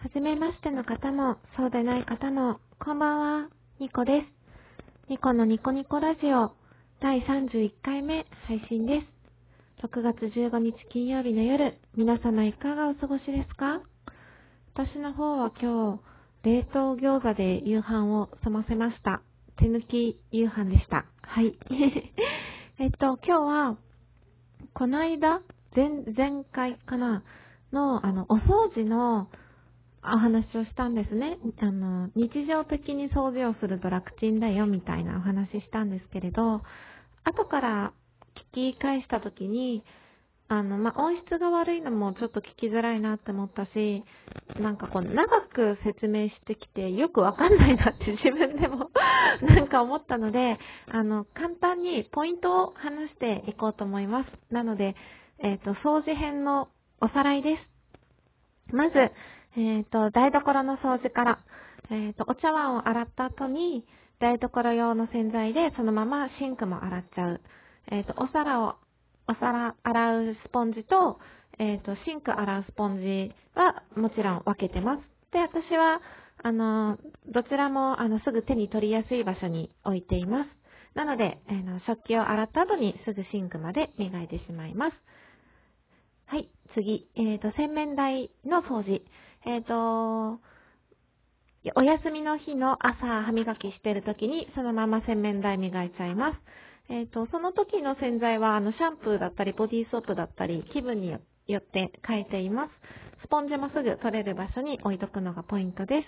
はじめましての方も、そうでない方も、こんばんは、ニコです。ニコのニコニコラジオ、第31回目配信です。6月15日金曜日の夜、皆様いかがお過ごしですか？私の方は今日、冷凍餃子で夕飯を済ませました。手抜き夕飯でした。はい。今日は、この間、前回かなの、お掃除のお話をしたんですね。日常的に掃除をすると楽ちんだよみたいなお話したんですけれど、後から聞き返したときに、音質が悪いのもちょっと聞きづらいなって思ったし、長く説明してきてよくわかんないなって自分でも思ったので、簡単にポイントを話していこうと思います。なので、掃除編のおさらいです。まず、台所の掃除から、お茶碗を洗った後に、台所用の洗剤でそのままシンクも洗っちゃう。お皿洗うスポンジと、シンク洗うスポンジはもちろん分けてます。で、私は、どちらも、すぐ手に取りやすい場所に置いています。なので、食器を洗った後にすぐシンクまで磨いてしまいます。はい、次、洗面台の掃除。お休みの日の朝歯磨きしている時にそのまま洗面台磨いちゃいます。その時の洗剤はシャンプーだったりボディーソープだったり気分によって変えています。スポンジもすぐ取れる場所に置いとくのがポイントです。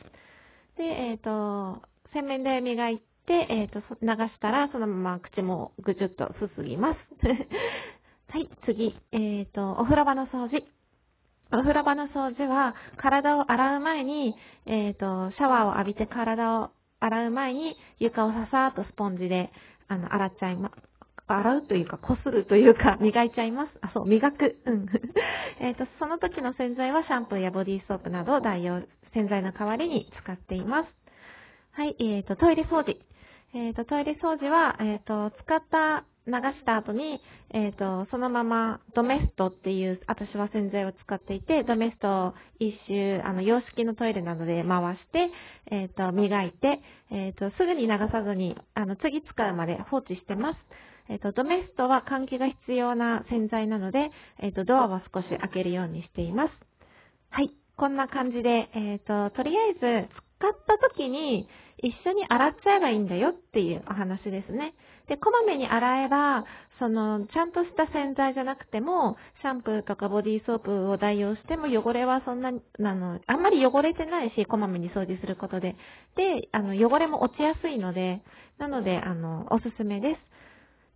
で、洗面台磨いて、流したらそのまま口もぐじゅっとすすぎます。はい、次、お風呂場の掃除。お風呂場の掃除は、体を洗う前に、シャワーを浴びて体を洗う前に、床をささーっとスポンジで、洗っちゃいます。洗うというか、こするというか、磨いちゃいます。磨く。うん。その時の洗剤はシャンプーやボディーソープなどを代用、洗剤の代わりに使っています。はい、トイレ掃除。トイレ掃除は、流した後に、そのままドメストっていう、私は洗剤を使っていて、ドメストを一周、洋式のトイレなどで回して、磨いて、すぐに流さずに、次使うまで放置してます。ドメストは換気が必要な洗剤なので、ドアを少し開けるようにしています。はい、こんな感じで、とりあえず、使った時に一緒に洗っちゃえばいいんだよっていうお話ですね。で、こまめに洗えば、ちゃんとした洗剤じゃなくても、シャンプーとかボディーソープを代用しても汚れはそんな、あんまり汚れてないし、こまめに掃除することで。で、汚れも落ちやすいので、なので、おすすめです。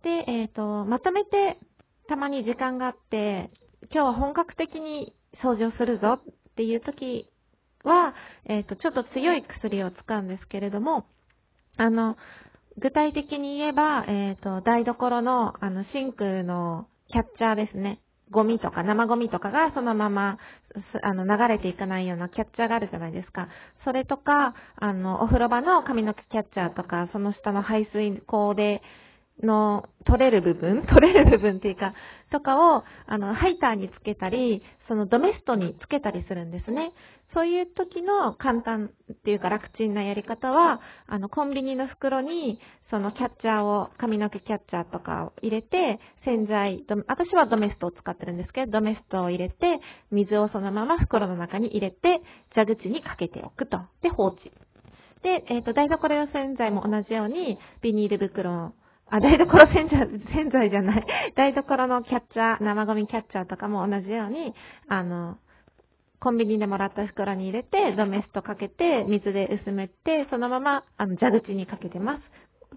で、まとめて、たまに時間があって、今日は本格的に掃除をするぞっていう時は、ちょっと強い薬を使うんですけれども、具体的に言えば、台所の、シンクのキャッチャーですね。ゴミとか生ゴミとかがそのまま、流れていかないようなキャッチャーがあるじゃないですか。それとか、お風呂場の髪の毛キャッチャーとか、その下の排水口で、取れる部分っていうか、とかを、ハイターにつけたり、そのドメストにつけたりするんですね。そういう時の簡単っていうか楽ちんなやり方は、コンビニの袋に、そのキャッチャーを、髪の毛キャッチャーとかを入れて、洗剤、私はドメストを使ってるんですけど、ドメストを入れて、水をそのまま袋の中に入れて、蛇口にかけておくと。で、放置。で、台所用洗剤も同じように、ビニール袋台所洗剤じゃない。台所のキャッチャー、生ゴミキャッチャーとかも同じように、コンビニでもらった袋に入れて、ドメストかけて、水で薄めて、そのまま、蛇口にかけてます。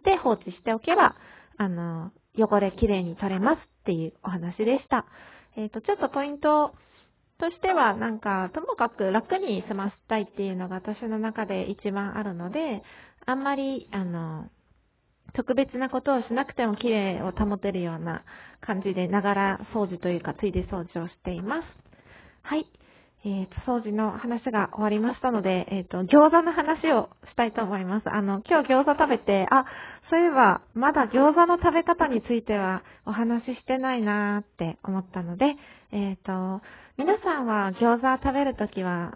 で、放置しておけば、汚れきれいに取れますっていうお話でした。ちょっとポイントとしては、ともかく楽に済ませたいっていうのが私の中で一番あるので、あんまり、特別なことをしなくても綺麗を保てるような感じで、ながら掃除というか、ついで掃除をしています。はい。掃除の話が終わりましたので、餃子の話をしたいと思います。今日餃子食べて、そういえば、まだ餃子の食べ方についてはお話ししてないなーって思ったので、皆さんは餃子食べるときは、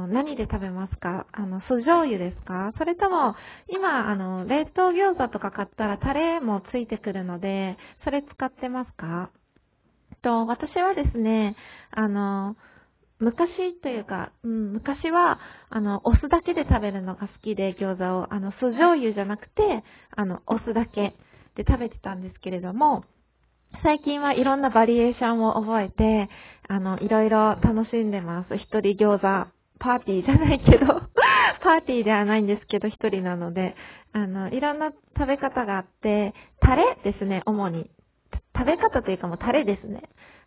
何で食べますか？酢醤油ですか？それとも、今、冷凍餃子とか買ったらタレもついてくるので、それ使ってますか？私はですね、昔というか、昔は、お酢だけで食べるのが好きで、餃子を、酢醤油じゃなくて、お酢だけで食べてたんですけれども、最近はいろんなバリエーションを覚えて、いろいろ楽しんでます。一人餃子、パーティーじゃないけど、パーティーではないんですけど、一人なので、いろんな食べ方があって、タレですね、主に。食べ方というかもうタレですね。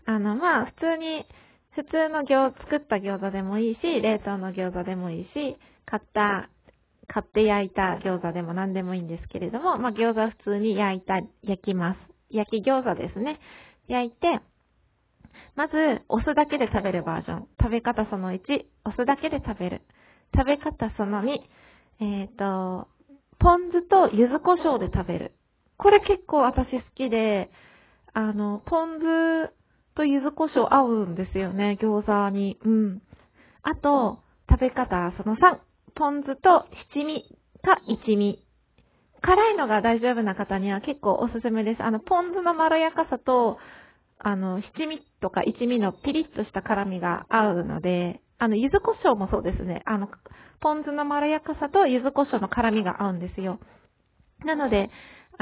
普通の作った餃子でもいいし、冷凍の餃子でもいいし、買って焼いた餃子でも何でもいいんですけれども、餃子は普通に焼きます。焼き餃子ですね。焼いて、まず、お酢だけで食べるバージョン。食べ方その1、お酢だけで食べる。食べ方その2、ポン酢と柚子胡椒で食べる。これ結構私好きで、ポン酢と柚子胡椒合うんですよね、餃子に。あと、食べ方その3、ポン酢と七味か一味。辛いのが大丈夫な方には結構おすすめです。ポン酢のまろやかさと、七味とか一味のピリッとした辛みが合うので、柚子胡椒もそうですね。ポン酢のまろやかさと柚子胡椒の辛みが合うんですよ。なので、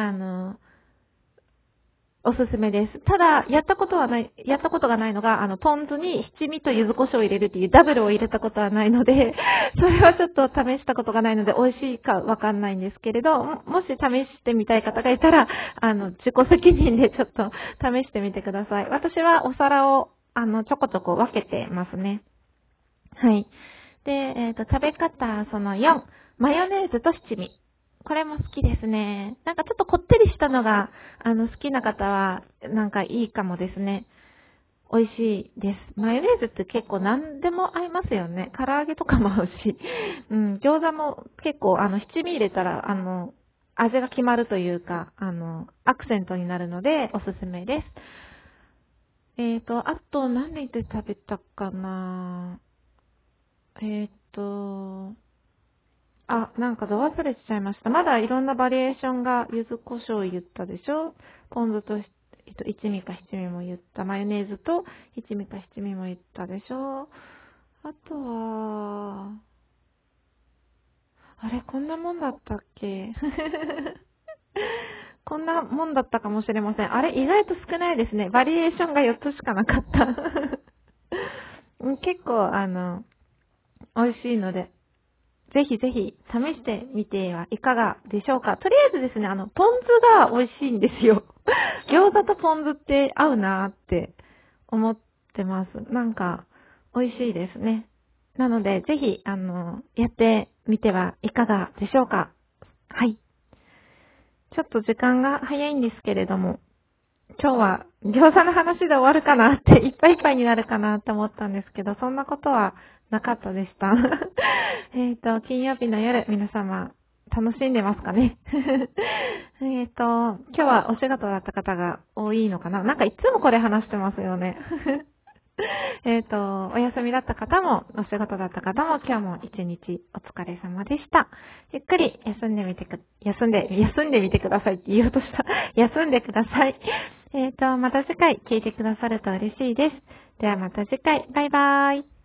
おすすめです。ただ、やったことがないのが、ポン酢に七味と柚子胡椒を入れるっていうダブルを入れたことはないので、それはちょっと試したことがないので、美味しいかわかんないんですけれど、もし試してみたい方がいたら、自己責任でちょっと試してみてください。私はお皿を、ちょこちょこ分けてますね。はい。で、食べ方、その4、マヨネーズと七味。これも好きですね。なんかちょっとこってりしたのが、好きな方は、なんかいいかもですね。美味しいです。マヨネーズって結構何でも合いますよね。唐揚げとかも合うし。餃子も結構、七味入れたら、味が決まるというか、アクセントになるので、おすすめです。あと、何で食べたかななんかど忘れしちゃいました。まだいろんなバリエーションが、柚子胡椒言ったでしょ？ポン酢と、一味か七味も言った。マヨネーズと一味か七味も言ったでしょ？あとは、あれ、こんなもんだったっけ？こんなもんだったかもしれません。あれ、意外と少ないですね。バリエーションが4つしかなかった。結構、美味しいので、ぜひぜひ試してみてはいかがでしょうか。とりあえずですね、ポン酢が美味しいんですよ。餃子とポン酢って合うなーって思ってます。なんか、美味しいですね。なので、ぜひ、やってみてはいかがでしょうか。はい。ちょっと時間が早いんですけれども、今日は餃子の話で終わるかなって、いっぱいいっぱいになるかなって思ったんですけど、そんなことはなかったでした。金曜日の夜、皆様、楽しんでますかね。今日はお仕事だった方が多いのかな。なんかいつもこれ話してますよね。お休みだった方も、お仕事だった方も、今日も一日お疲れ様でした。ゆっくり休んでみてくださいって言おうとした。休んでください。また次回聞いてくださると嬉しいです。ではまた次回、バイバーイ。